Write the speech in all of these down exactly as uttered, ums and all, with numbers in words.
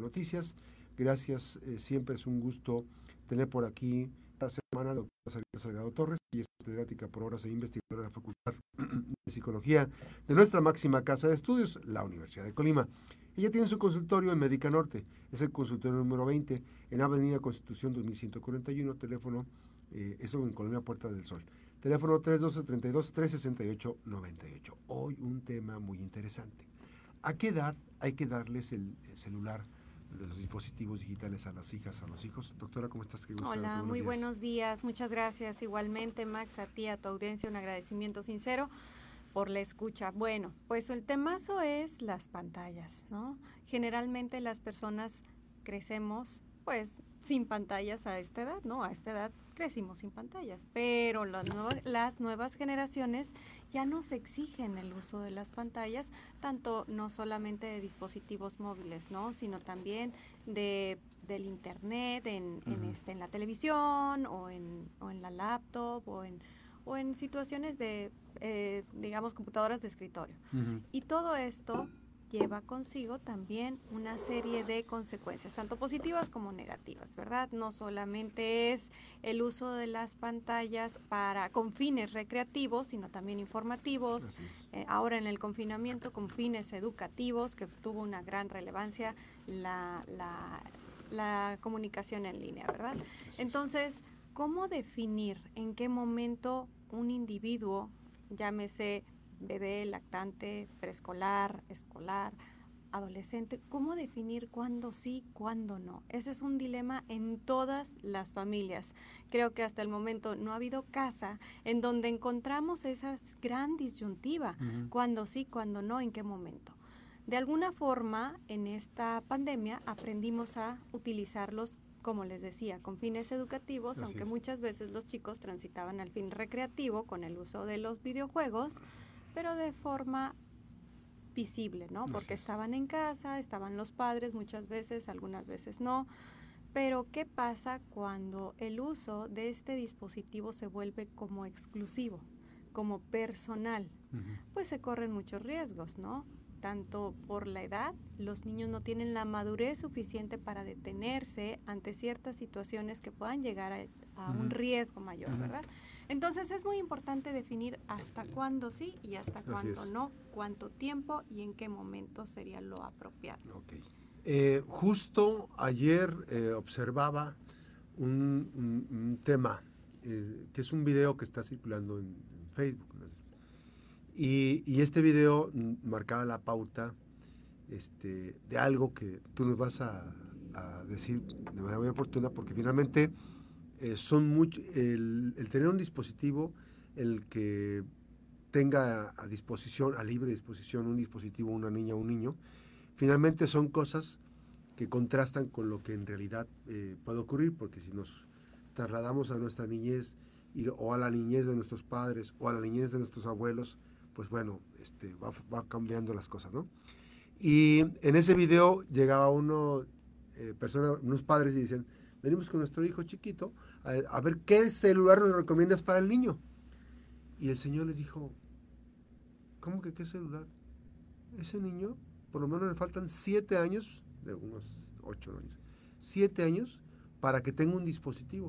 Noticias. Gracias, eh, siempre es un gusto tener por aquí esta semana a la doctora Salgado Torres, y es catedrática por horas e investigadora de la Facultad de Psicología de nuestra máxima casa de estudios, la Universidad de Colima. Ella tiene su consultorio en Médica Norte, es el consultorio número veinte, en Avenida Constitución dos mil ciento cuarenta y uno, teléfono, eh, eso en Colonia Puerta del Sol. Teléfono tres uno dos, tres dos, tres seis ocho, nueve ocho. Hoy un tema muy interesante. ¿A qué edad hay que darles el, el celular, los dispositivos digitales a las hijas, a los hijos? Doctora, ¿cómo estás? Qué gusto. Hola, buenos muy días. buenos días. Muchas gracias. Igualmente, Max, a ti, a tu audiencia, un agradecimiento sincero por la escucha. Bueno, pues el temazo es las pantallas, ¿no? Generalmente las personas crecemos, pues, sin pantallas a esta edad, ¿no? A esta edad crecimos sin pantallas, pero las, nuevas, las nuevas generaciones ya nos exigen el uso de las pantallas, tanto no solamente de dispositivos móviles, ¿no? Sino también de del internet, en, uh-huh. en, este, en la televisión, o en, o en la laptop, o en, o en situaciones de, eh, digamos, computadoras de escritorio. Uh-huh. Y todo esto lleva consigo también una serie de consecuencias, tanto positivas como negativas, ¿verdad? No solamente es el uso de las pantallas para con fines recreativos, sino también informativos, eh, ahora en el confinamiento con fines educativos, que tuvo una gran relevancia la, la, la comunicación en línea, ¿verdad? Entonces, ¿cómo definir en qué momento un individuo, llámese bebé, lactante, preescolar, escolar, adolescente, cómo definir cuándo sí, cuándo no? Ese es un dilema en todas las familias. Creo que hasta el momento no ha habido casa en donde encontramos esa gran disyuntiva, uh-huh. cuándo sí, cuándo no, en qué momento. De alguna forma, en esta pandemia aprendimos a utilizarlos, como les decía, con fines educativos, Así aunque es. muchas veces los chicos transitaban al fin recreativo con el uso de los videojuegos, pero de forma visible, ¿no? Porque Así estaban en casa, estaban los padres muchas veces, algunas veces no. Pero ¿qué pasa cuando el uso de este dispositivo se vuelve como exclusivo, como personal? Uh-huh. Pues se corren muchos riesgos, ¿no? Tanto por la edad, los niños no tienen la madurez suficiente para detenerse ante ciertas situaciones que puedan llegar a, a uh-huh. un riesgo mayor, uh-huh. ¿verdad? Entonces es muy importante definir hasta cuándo sí y hasta Así cuándo es. no, cuánto tiempo y en qué momento sería lo apropiado. Okay. Eh, justo ayer eh, observaba un, un, un tema, eh, que es un video que está circulando en, en Facebook, y, y este video marcaba la pauta este, de algo que tú nos vas a, a decir de manera muy oportuna, porque finalmente Eh, son mucho, el, el tener un dispositivo, el que tenga a disposición, a libre disposición, un dispositivo, una niña o un niño, finalmente son cosas que contrastan con lo que en realidad eh, puede ocurrir, porque si nos trasladamos a nuestra niñez y, o a la niñez de nuestros padres o a la niñez de nuestros abuelos, pues bueno, este, va, va cambiando las cosas, ¿no? Y en ese video llegaba uno, eh, persona, unos padres y dicen, venimos con nuestro hijo chiquito a, a ver qué celular nos recomiendas para el niño. Y el señor les dijo, ¿cómo que qué celular? Ese niño, por lo menos le faltan siete años, de unos ocho años, siete años para que tenga un dispositivo.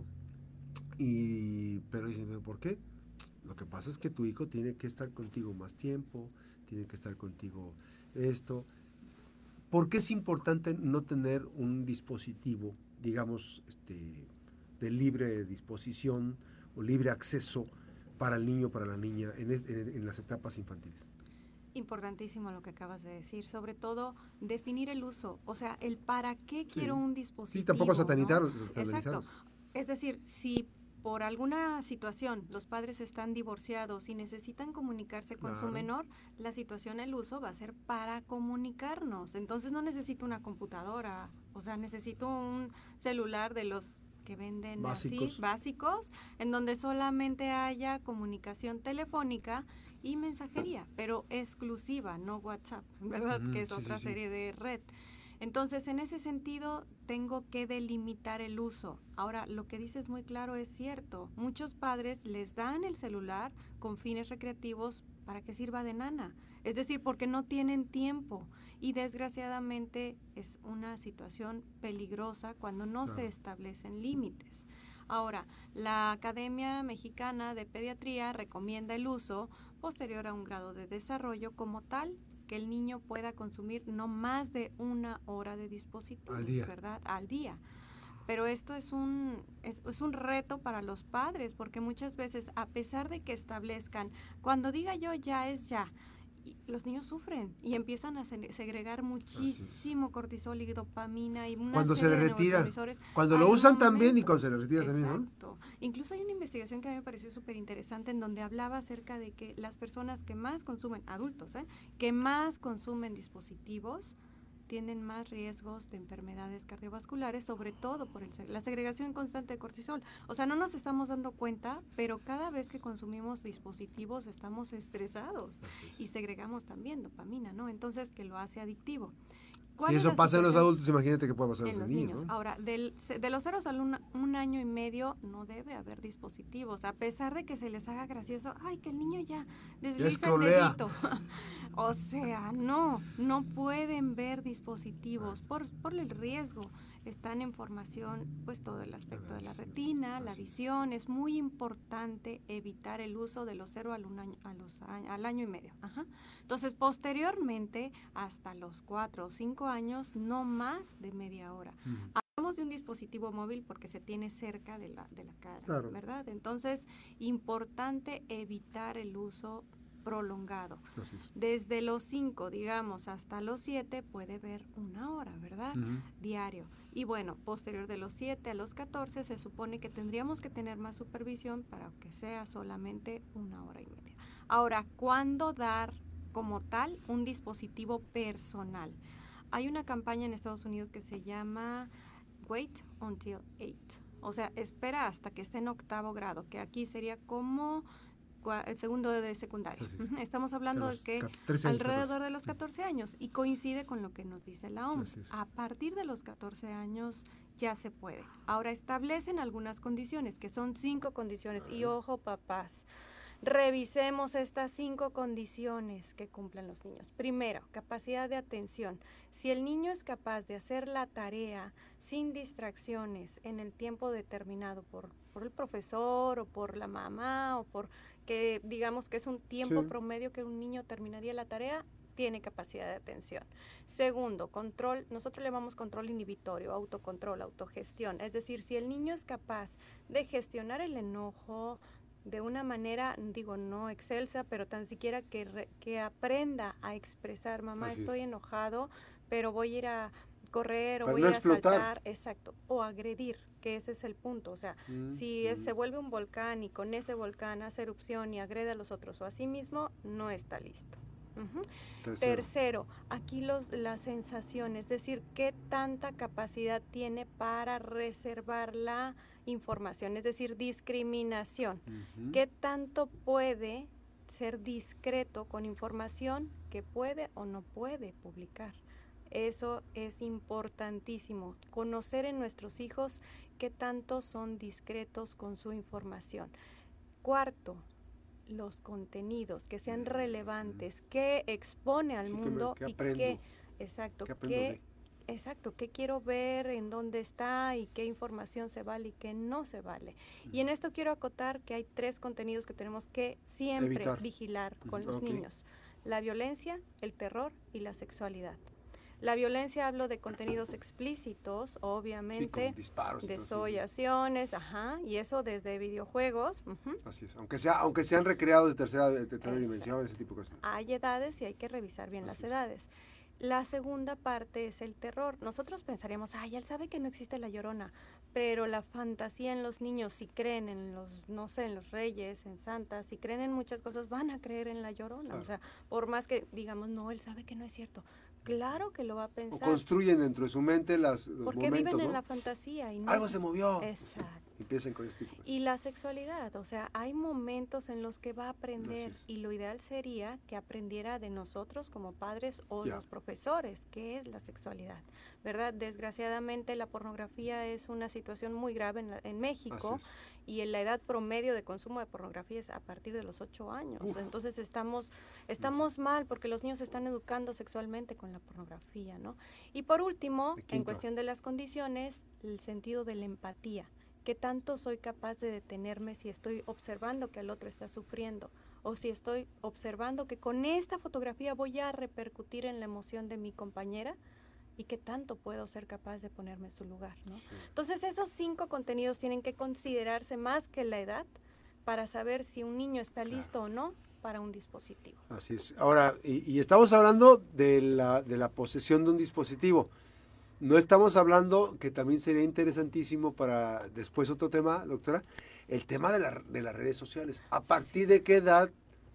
Y, pero dicen, ¿por qué? Lo que pasa es que tu hijo tiene que estar contigo más tiempo, tiene que estar contigo esto. ¿Por qué es importante no tener un dispositivo, digamos, este, de libre disposición o libre acceso para el niño, para la niña, en, en, en las etapas infantiles? Importantísimo lo que acabas de decir, sobre todo definir el uso, o sea, el para qué sí. quiero un dispositivo. Sí, tampoco satanizar, ¿no? Exacto. Es decir, si por alguna situación los padres están divorciados y necesitan comunicarse con claro. su menor, la situación, el uso va a ser para comunicarnos. Entonces no necesito una computadora, o sea, necesito un celular de los que venden básicos. así, básicos, en donde solamente haya comunicación telefónica y mensajería, pero exclusiva, no WhatsApp, ¿verdad? Mm, que es sí, otra sí, serie sí. de red. Entonces, en ese sentido, tengo que delimitar el uso. Ahora, lo que dices muy claro es cierto. Muchos padres les dan el celular con fines recreativos para que sirva de nana. Es decir, porque no tienen tiempo. Y desgraciadamente es una situación peligrosa cuando no claro. se establecen límites. Ahora, la Academia Mexicana de Pediatría recomienda el uso posterior a un grado de desarrollo como tal, que el niño pueda consumir no más de una hora de dispositivos, al día. ¿verdad? Al día. Pero esto es un, es, es un reto para los padres, porque muchas veces, a pesar de que establezcan, cuando diga yo ya es ya, los niños sufren y empiezan a segregar muchísimo cortisol y dopamina y una cuando serie se le retira, de cuando lo usan también y cuando se le retira también, ¿no? Exacto. Incluso hay una investigación que a mí me pareció súper interesante en donde hablaba acerca de que las personas que más consumen, adultos, ¿eh? que más consumen dispositivos, tienen más riesgos de enfermedades cardiovasculares, sobre todo por el, la segregación constante de cortisol. O sea, no nos estamos dando cuenta, pero cada vez que consumimos dispositivos estamos estresados y segregamos también dopamina, ¿no? Entonces, que lo hace adictivo. Si eso pasa en los adultos, imagínate que puede pasar en los niños. niños. ¿No? Ahora, del, de los ceros al un, un año y medio no debe haber dispositivos, a pesar de que se les haga gracioso, ay, que el niño ya desliza el dedito. O sea, no, no pueden ver dispositivos por, por el riesgo. Están en formación, pues, todo el aspecto de la retina, la visión. Es muy importante evitar el uso de los cero al, un año, a los, al año y medio. Ajá. Entonces, posteriormente, hasta los cuatro o cinco años, no más de media hora. Uh-huh. Hablamos de un dispositivo móvil porque se tiene cerca de la, de la cara, claro. ¿verdad? Entonces, importante evitar el uso prolongado. Desde los cinco, digamos, hasta los siete puede ver una hora, ¿verdad? Uh-huh. Diario. Y bueno, posterior de los siete a los catorce se supone que tendríamos que tener más supervisión para que sea solamente una hora y media. Ahora, ¿cuándo dar como tal un dispositivo personal? Hay una campaña en Estados Unidos que se llama Wait Until eight. O sea, espera hasta que esté en octavo grado, que aquí sería como el segundo de secundaria. Sí, sí. Estamos hablando de que alrededor de los catorce años, y coincide con lo que nos dice la O M S. A partir de los catorce años ya se puede. Ahora establecen algunas condiciones, que son cinco condiciones, y ojo, papás, revisemos estas cinco condiciones que cumplen los niños. Primero, capacidad de atención. Si el niño es capaz de hacer la tarea sin distracciones en el tiempo determinado por, por el profesor o por la mamá o por que digamos que es un tiempo sí. promedio que un niño terminaría la tarea, tiene capacidad de atención. Segundo, control, nosotros le llamamos control inhibitorio, autocontrol, autogestión. Es decir, si el niño es capaz de gestionar el enojo de una manera, digo, no excelsa, pero tan siquiera que, re, que aprenda a expresar, mamá, Así estoy es. enojado, pero voy a ir a correr o Para voy no a ir a explotar. saltar, exacto, o agredir, que ese es el punto. O sea, mm, si mm. es, se vuelve un volcán y con ese volcán hace erupción y agrede a los otros o a sí mismo, no está listo. Uh-huh. Tercero. Tercero, aquí los, las sensaciones, es decir, qué tanta capacidad tiene para reservar la información, es decir, discriminación. Uh-huh. ¿Qué tanto puede ser discreto con información que puede o no puede publicar? Eso es importantísimo, conocer en nuestros hijos qué tanto son discretos con su información. Cuarto, los contenidos, que sean relevantes, qué expone al sí, mundo que me, que y qué, exacto, qué, exacto, qué quiero ver, en dónde está y qué información se vale y qué no se vale. Uh-huh. Y en esto quiero acotar que hay tres contenidos que tenemos que siempre Evitar. vigilar con uh-huh. los okay. niños: la violencia, el terror y la sexualidad. La violencia, hablo de contenidos explícitos, obviamente, sí, disparos, desollaciones, ajá, y eso desde videojuegos. Uh-huh. Así es, aunque sea, aunque sean recreados de tercera, de tercera dimensión, ese tipo de cosas. Hay edades y hay que revisar bien Así las edades. Es. La segunda parte es el terror. Nosotros pensaríamos, ay, él sabe que no existe la Llorona, pero la fantasía en los niños, si creen en los, no sé, en los reyes, en santas, si creen en muchas cosas, van a creer en la Llorona. Claro. O sea, por más que digamos, no, él sabe que no es cierto. Claro que lo va a pensar. O construyen dentro de su mente las, los Porque momentos, viven ¿no? en la fantasía. Y no Algo se movió. Exacto. empiecen con este tipo de cosas. Y la sexualidad, o sea, hay momentos en los que va a aprender Así es. y lo ideal sería que aprendiera de nosotros como padres o Ya. los profesores, qué es la sexualidad, ¿verdad? Desgraciadamente la pornografía es una situación muy grave en, la- en México Así es. y en la edad promedio de consumo de pornografía es a partir de los ocho años. Uf. Entonces estamos, estamos mal porque los niños se están educando sexualmente con la pornografía, ¿no? Y por último, De en quinto. cuestión de las condiciones, el sentido de la empatía. ¿Qué tanto soy capaz de detenerme si estoy observando que el otro está sufriendo? O si estoy observando que con esta fotografía voy a repercutir en la emoción de mi compañera y qué tanto puedo ser capaz de ponerme en su lugar, ¿no? Sí. Entonces esos cinco contenidos tienen que considerarse más que la edad para saber si un niño está Claro. listo o no para un dispositivo. Así es. Ahora, y, y estamos hablando de la, de la posesión de un dispositivo. No estamos hablando, que también sería interesantísimo para después otro tema, doctora, el tema de, la, de las redes sociales. ¿A partir de qué edad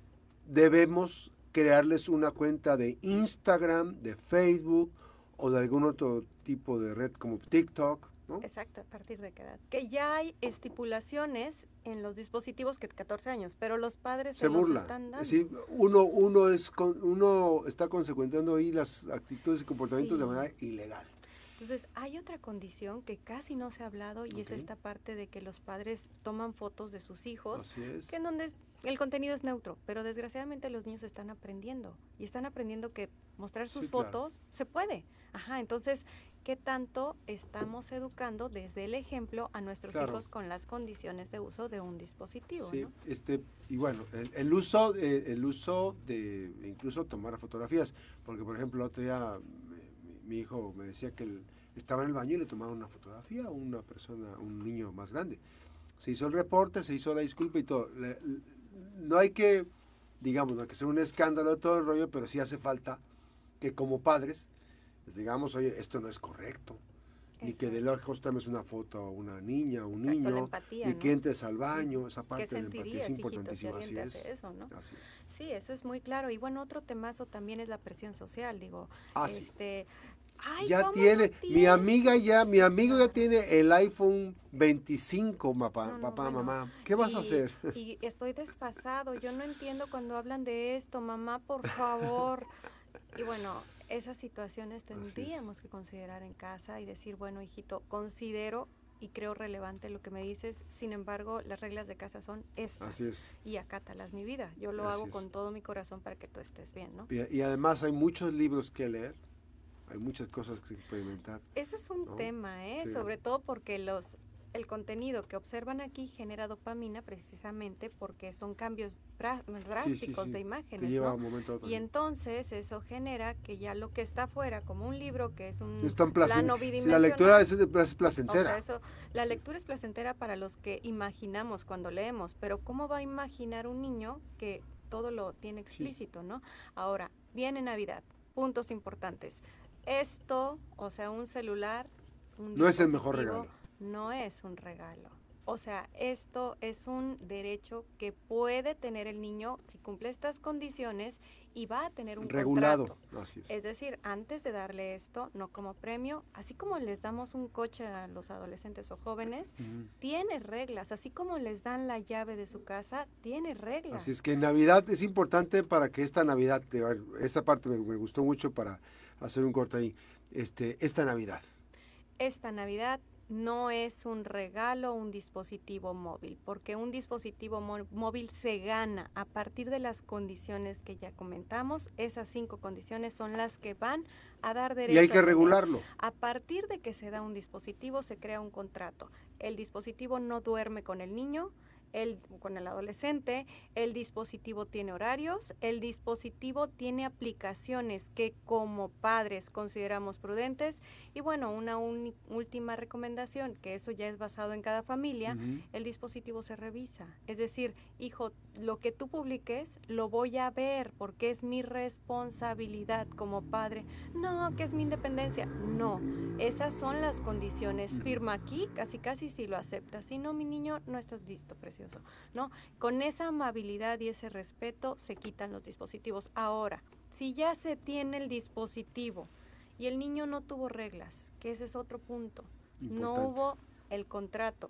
debemos crearles una cuenta de Instagram, de Facebook o de algún otro tipo de red como TikTok, ¿no? Exacto, a partir de qué edad. Que ya hay estipulaciones en los dispositivos que catorce años, pero los padres Se se los burla. están dando. Es decir, uno, uno, es con, uno está consecuentando ahí las actitudes y comportamientos Sí. de manera ilegal. Entonces, hay otra condición que casi no se ha hablado y es Ok. esta parte de que los padres toman fotos de sus hijos, Así es. que en donde el contenido es neutro, pero desgraciadamente los niños están aprendiendo y están aprendiendo que mostrar sus Sí, claro. fotos se puede. Ajá, entonces, ¿qué tanto estamos educando desde el ejemplo a nuestros Claro. hijos con las condiciones de uso de un dispositivo? Sí, ¿no? este, y bueno, el, el uso, de, el uso de incluso tomar fotografías, porque por ejemplo el otro día mi, mi hijo me decía que él estaba en el baño y le tomaron una fotografía a una persona, un niño más grande. Se hizo el reporte, se hizo la disculpa y todo. Le- le- no hay que, digamos, no hay que ser un escándalo de todo el rollo, pero sí hace falta que como padres les digamos, oye, esto no es correcto. Ni que de Exacto. lejos tomes una foto a una niña, un Exacto, la niño, empatía, ni ¿no? que entres al baño, esa ¿Qué parte de la empatía sentirías, es hijito, si importantísima. alguien Así te es. hace eso, no? Así es. Sí, eso es muy claro. Y bueno, otro temazo también es la presión social, digo, Ah, sí. este, ay, Ya ¿cómo tiene, no mi tienes? amiga ya, mi Sí, amigo ya claro. tiene el iPhone veinticinco, papá, No, no, papá, bueno, mamá. ¿Qué vas a y- hacer? Y estoy desfasado, yo no entiendo cuando hablan de esto, mamá, por favor. Y bueno, esas situaciones Así es. tendríamos que considerar en casa y decir, bueno, hijito, considero y creo relevante lo que me dices, sin embargo, las reglas de casa son estas. Así es. Y acátalas, mi vida. Yo lo Así hago es. con todo mi corazón para que tú estés bien, ¿no? Y, y además hay muchos libros que leer, hay muchas cosas que experimentar. Eso es un ¿no? tema, ¿eh? Sí. Sobre todo porque los el contenido que observan aquí genera dopamina precisamente porque son cambios drá- drásticos Sí, sí, sí. de Te imágenes, lleva ¿no? un momento a otro. Y entonces eso genera que ya lo que está afuera, como un libro que es un Es tan placen- plano si la bidimensional, lectura es, es o placentera. sea, eso, la Sí. lectura es placentera para los que imaginamos cuando leemos, pero ¿cómo va a imaginar un niño que todo lo tiene explícito, ¿no? Ahora, viene Navidad, puntos importantes. Esto, o sea, un celular, un No es el mejor dispositivo, regalo. no es un regalo. O sea, esto es un derecho que puede tener el niño si cumple estas condiciones y va a tener un Regulado. contrato. Así es. Es decir, antes de darle esto, no como premio, así como les damos un coche a los adolescentes o jóvenes, Ujú. tiene reglas, así como les dan la llave de su casa, tiene reglas. Así es que Navidad es importante para que esta Navidad, te- a ver, esta parte me, me gustó mucho para hacer un corte ahí, este, esta Navidad. Esta Navidad no es un regalo, un dispositivo móvil, porque un dispositivo mo- móvil se gana a partir de las condiciones que ya comentamos. Esas cinco condiciones son las que van a dar derecho Y hay a que tener. regularlo. A partir de que se da un dispositivo, se crea un contrato. El dispositivo no duerme con el niño, el, con el adolescente, el dispositivo tiene horarios, el dispositivo tiene aplicaciones que como padres consideramos prudentes y bueno, una uni- última recomendación, que eso ya es basado en cada familia, Ujú. el dispositivo se revisa. Es decir, hijo, lo que tú publiques lo voy a ver porque es mi responsabilidad como padre. No, que es mi independencia. No, esas son las condiciones. Ujú. Firma aquí, casi casi si lo aceptas. Si no, mi niño, no estás listo, precioso. ¿No? Con esa amabilidad y ese respeto se quitan los dispositivos. Ahora, si ya se tiene el dispositivo y el niño no tuvo reglas, que ese es otro punto, no Importante. hubo el contrato,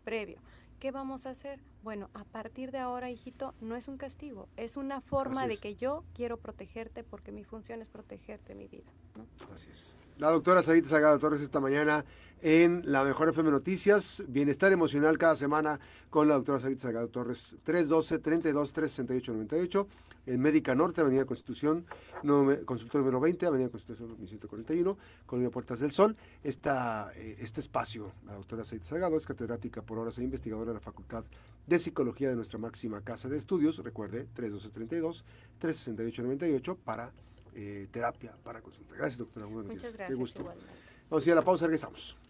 previo. ¿Qué vamos a hacer? Bueno, a partir de ahora, hijito, no es un castigo, es una forma Así de es. que yo quiero protegerte porque mi función es protegerte, mi vida, ¿no? Así es. La doctora Sarita Salgado Torres esta mañana en La Mejor F M Noticias, Bienestar Emocional cada semana con la doctora Sarita Salgado Torres, tres uno dos, tres dos, tres seis ocho nueve ocho, en Médica Norte, Avenida Constitución, no, consultorio número veinte, Avenida Constitución mil ciento cuarenta y uno, Colonia Puertas del Sol. Esta, eh, este espacio, la doctora Sarita Salgado es catedrática por horas e investigadora de la Facultad de Psicología de nuestra máxima casa de estudios, recuerde, tres uno dos, tres dos, tres seis ocho nueve ocho para eh, terapia, para consulta. Gracias, doctora. Buenos Muchas días. gracias. Qué gusto. Igualmente. Vamos a ir a la pausa, regresamos.